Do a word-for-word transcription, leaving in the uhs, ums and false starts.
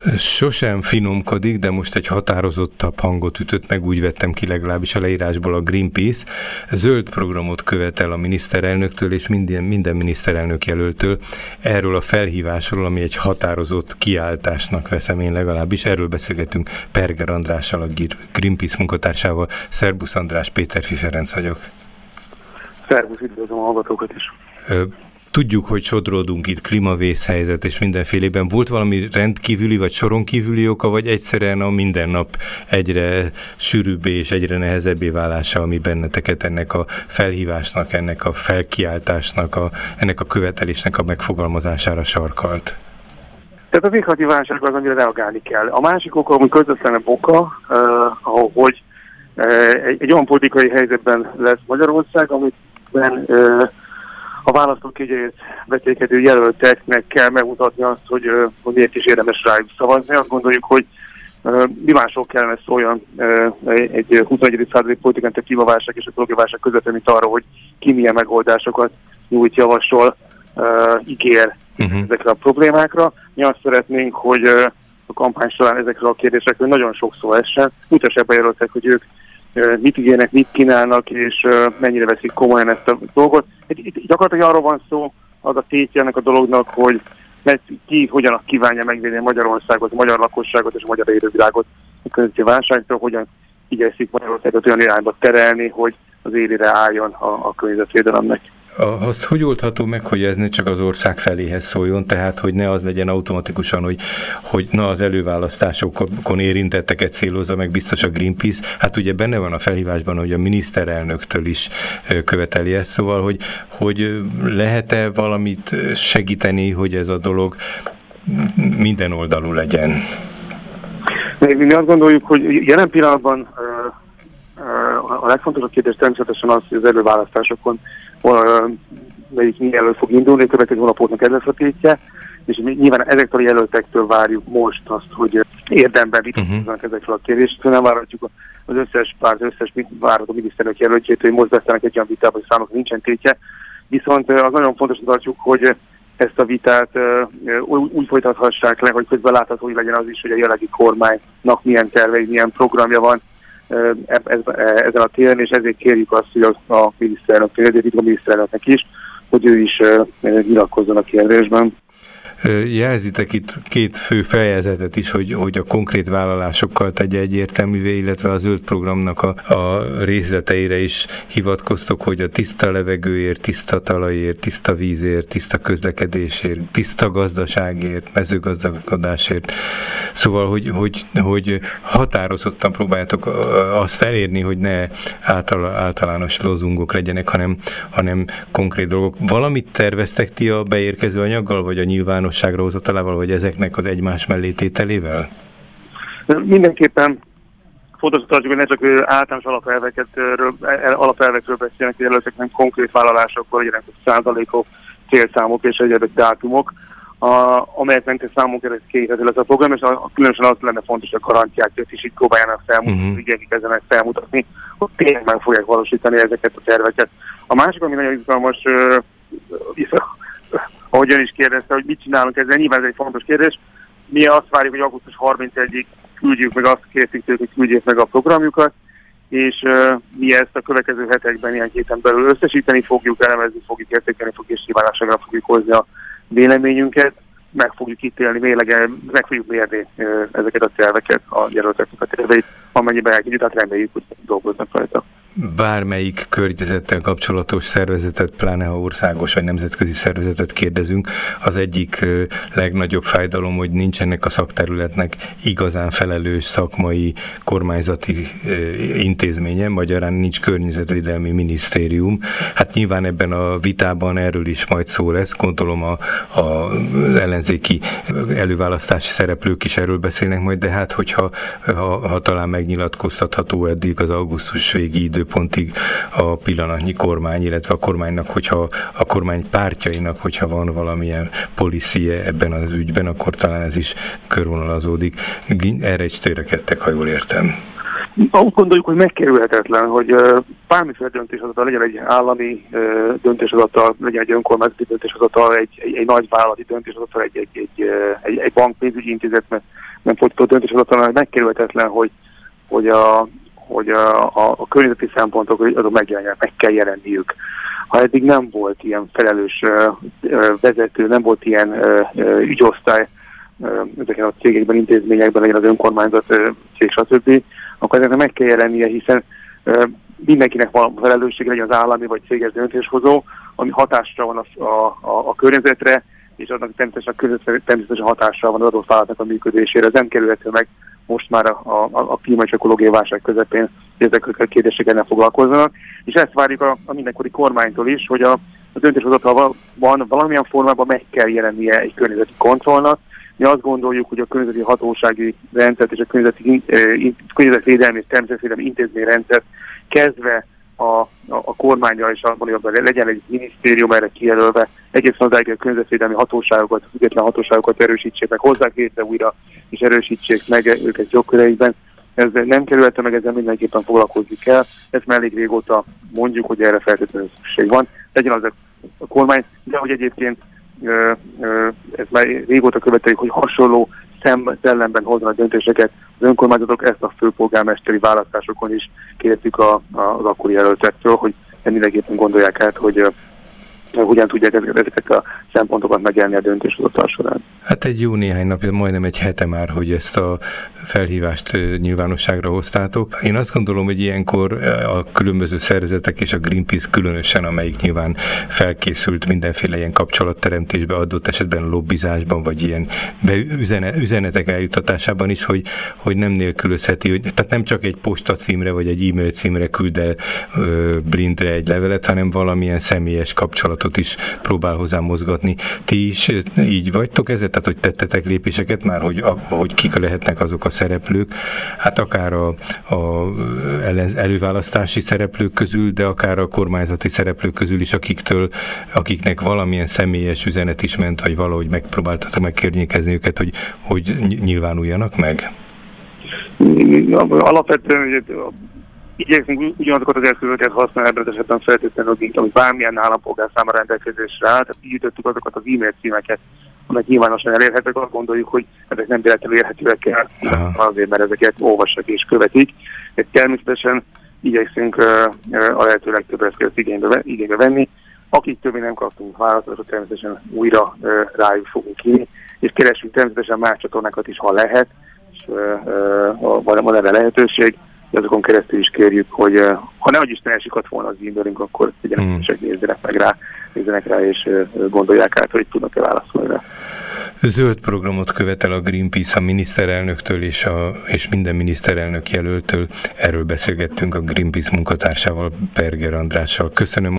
Sosem finomkodik, de most egy határozottabb hangot ütött meg, úgy vettem ki legalábbis a leírásból a Greenpeace. Zöld programot követel a miniszterelnöktől és minden, minden miniszterelnök jelöltől erről a felhívásról, ami egy határozott kiáltásnak veszem én legalábbis. Erről beszélgetünk Perger Andrással, a Greenpeace munkatársával. Szerbusz András, Péterfi Ferenc vagyok. Szervusz, üdvözlöm a hallgatókat is. Tudjuk, hogy sodródunk itt, klímavészhelyzet és mindenfélében. Volt valami rendkívüli vagy soron kívüli oka, vagy egyszerűen a mindennap egyre sűrűbbé és egyre nehezebbé válása, ami benneteket ennek a felhívásnak, ennek a felkiáltásnak, a, ennek a követelésnek a megfogalmazására sarkalt? Tehát az éghajlati válság az, amire reagálni kell. A másik oka, ami közvetlenebb oka, uh, hogy uh, egy, egy olyan politikai helyzetben lesz Magyarország, amiben uh, a választók jegyeit vetékedő jelölteknek kell megmutatni azt, hogy, hogy miért is érdemes rájuk szavazni. Azt gondoljuk, hogy mi másról kellene szóljon egy huszonegyedik századi politikán, a klímaválság és a ökológiai válság között, mint arra, hogy ki milyen megoldásokat nyújt, javasol, ígér uh-huh. ezekre a problémákra. Mi azt szeretnénk, hogy a kampány során ezekről a kérdésekről nagyon sok szó essen. Mutassák be jelöltek, hogy ők mit ígérnek, mit kínálnak, és mennyire veszik komolyan ezt a dolgot. Itt, itt gyakorlatilag arról van szó, az a tétje ennek a dolognak, hogy ki hogyan kívánja megvédeni Magyarországot, a magyar lakosságot és a magyar élővilágot a környezeti válságtól, hogyan igyekszik Magyarországot olyan irányba terelni, hogy az élére álljon a, a környezetvédelemnek. Azt hogy oldható meg, hogy ez ne csak az ország feléhez szóljon, tehát hogy ne az legyen automatikusan, hogy, hogy na az előválasztásokon érintetteket célozza meg biztos a Greenpeace. Hát ugye benne van a felhívásban, hogy a miniszterelnöktől is követeli ezt, szóval, hogy, hogy lehet-e valamit segíteni, hogy ez a dolog minden oldalú legyen? Mi azt gondoljuk, hogy jelen pillanatban a legfontosabb kérdés természetesen az, hogy az előválasztásokon melyik jelölt fog indulni, a következő hónapoknak ez lesz a tétje, és nyilván ezektől a jelöltektől várjuk most azt, hogy érdemben vitatkoznak uh-huh. ezekről a kérdésekről. Nem várhatjuk az összes párt, az összes várható miniszterelnök jelöltjét, hogy most beszélnek egy olyan vitában, hogy számokra nincsen tétje. Viszont az nagyon fontos tartjuk, hogy ezt a vitát úgy, úgy folytathassák le, hogy közben látható, hogy legyen az is, hogy a jelenlegi kormánynak milyen tervei, milyen programja van ezen a téren, és ezért kérjük azt, hogy a miniszterelnök, a miniszterelnöknek is, hogy ő is nyilatkozzon a kérdésben. Jelzitek itt két fő fejezetet is, hogy, hogy a konkrét vállalásokkal tegye egyértelművé, illetve a zöld programnak a, a részleteire is hivatkoztok, hogy a tiszta levegőért, tiszta talajért, tiszta vízért, tiszta közlekedésért, tiszta gazdaságért, mezőgazdagodásért. Szóval, hogy, hogy, hogy határozottan próbáljátok azt elérni, hogy ne általános lozungok legyenek, hanem, hanem konkrét dolgok. Valamit terveztek ti a beérkező anyaggal, vagy a nyilvános hozatalával, vagy ezeknek az egymás mellé tételével? Mindenképpen fontos tartjuk, hogy ne csak általános alapelvekről, alapelvekről beszélnek, hogy jelöltek, nem konkrét vállalásokról, legyenek százalékok, célszámok és egyébként dátumok, amelyek mentén számunkra ez készíthető lesz a program, és a, különösen az lenne fontos, hogy a garanciákat is így próbáljanak felmutatni, uh-huh. igyenik ezenek felmutatni, hogy tényleg meg fogják valósítani ezeket a terveket. A másik, ami nagyon izgalmas, ahogy ön is kérdezte, hogy mit csinálunk ezzel, nyilván ez egy fontos kérdés. Mi azt várjuk, hogy augusztus harmincegyedikéig küldjük meg, azt kértük tőlük, hogy küldjék meg a programjukat, és uh, mi ezt a következő hetekben, ilyen héten belül összesíteni fogjuk, elemezni fogjuk, értékelni fogjuk, és nyilvánosságra fogjuk hozni a véleményünket, meg fogjuk ítélni, mérlegen, meg fogjuk mérni uh, ezeket a terveket, a jelölteknek a terveit, amennyiben elkezdjük, tehát reméljük, hogy dolgoznak rajta. Bármelyik környezettel kapcsolatos szervezetet, pláne ha országos vagy nemzetközi szervezetet kérdezünk, az egyik legnagyobb fájdalom, hogy nincsenek a szakterületnek igazán felelős szakmai kormányzati intézménye, magyarán nincs környezetvédelmi minisztérium. Hát nyilván ebben a vitában erről is majd szó lesz, gondolom a, a ellenzéki előválasztási szereplők is erről beszélnek majd, de hát hogyha ha, ha talán megnyilatkoztatható eddig az augusztus végi idő pontig a pillanatnyi kormány, illetve a kormánynak, hogyha a kormány pártjainak, hogyha van valamilyen policie ebben az ügyben, akkor talán ez is körvonalazódik. Erre is törekedtek, ha jól értem. Úgy gondoljuk, hogy megkerülhetetlen, hogy bármiféle döntéshozatal, legyen egy állami döntéshozatal, legyen egy önkormányzati döntéshozatal, egy, egy, egy nagy vállalati döntéshozatal, egy, egy, egy, egy, egy bank pénzügyi intézet nem folytatott döntéshozatalnak megkerülhetetlen, hogy, hogy, a, hogy a, a, a környezeti szempontok azok megjelenjenek, meg kell jelenniük. Ha eddig nem volt ilyen felelős uh, vezető, nem volt ilyen uh, ügyosztály uh, ezeken a cégekben, intézményekben, legyen az önkormányzat, uh, cég, stb., akkor ezeknek meg kell jelennie, hiszen uh, mindenkinek van felelőssége, legyen az állami vagy céges döntéshozó, ami hatásra van a, a, a, a környezetre, és annak természetesen, természetesen hatással van az adott vállalatnak a működésére. Ez nem kerülhető meg most már a, a, a klíma és ökológiai válság közepén, hogy ezek a kérdésekkel nem foglalkozzanak. És ezt várjuk a, a mindenkori kormánytól is, hogy a, a döntéshozatalban valamilyen formában meg kell jelennie egy környezeti kontrollnak. Mi azt gondoljuk, hogy a környezeti hatósági rendszert és a környezeti, eh, környezetvédelmi és természetvédelmi intézményrendszert kezdve a, a, a kormányra és a, a, legyen egy minisztérium erre kijelölve, egészen odáig a környezetvédelmi hatóságokat, a független hatóságokat erősítsék meg, hozzák létre újra, és erősítsék meg őket jogköreikben. Ez nem kerülhető meg, ezzel mindenképpen foglalkozni kell. Ezt már elég régóta mondjuk, hogy erre feltétlenül szükség van. Legyen az a kormány, de hogy egyébként ö, ö, ez már régóta követeljük, hogy hasonló szem, szellemben hozzanak döntéseket az önkormányzatok, ezt a főpolgármesteri választásokon is kértük a, a, az akkori jelöltektől, hogy mindenképpen gondolják át, hogy uh, hogyan tudják ezeket a szempontokat megjelenni a döntéshozatal során. Hát egy jó néhány napja, majdnem egy hete már, hogy ezt a felhívást nyilvánosságra hoztátok. Én azt gondolom, hogy ilyenkor a különböző szervezetek és a Greenpeace különösen, amelyik nyilván felkészült mindenféle ilyen kapcsolatteremtésbe, adott esetben lobbizásban, vagy ilyen üzenetek eljutatásában is, hogy, hogy nem nélkülözheti, hogy, tehát nem csak egy postacímre vagy egy e-mail címre küld el ö, blindre egy levelet, hanem valamilyen személyes kapcsolatot is próbál hozzá mozgatni. Ti is így vagytok ezzel? Tehát, hogy tettetek lépéseket már, hogy, hogy kik lehetnek azok a szereplők, hát akár a, a előválasztási szereplők közül, de akár a kormányzati szereplők közül is, akiktől, akiknek valamilyen személyes üzenet is ment, hogy valahogy megpróbáltatok megkörnyékezni őket, hogy, hogy nyilvánuljanak meg? Alapvetően igyekszünk ugyanazokat az eszközöket használni ebben az esetben feltétlenül, amit bármilyen állampolgár számára rendelkezésre áll, tehát így ütöttük azokat az e-mail címeket, amelyek nyilvánosan elérhetők, azt gondoljuk, hogy ezek nem véletlenül érhetőek el, azért, mert ezeket olvassák és követik. De természetesen igyekszünk a lehető legtöbb eszközt igénybe, igénybe venni. Akik többé nem kaptunk válaszokat, természetesen újra rájuk fogunk kínni, és keresünk természetesen más csatornákat is, ha lehet, és van erre lehetőség, azokon keresztül is kérjük, hogy ha nehogy Isten elsikat volna az e-mailünk, akkor legyenek hmm. és nézzenek meg rá, nézzenek rá, és gondolják át, hogy tudnak-e válaszolni rá. Zöld programot követel a Greenpeace a miniszterelnöktől és, a, és minden miniszterelnök jelöltől. Erről beszélgettünk a Greenpeace munkatársával, Berger Andrással. Köszönöm.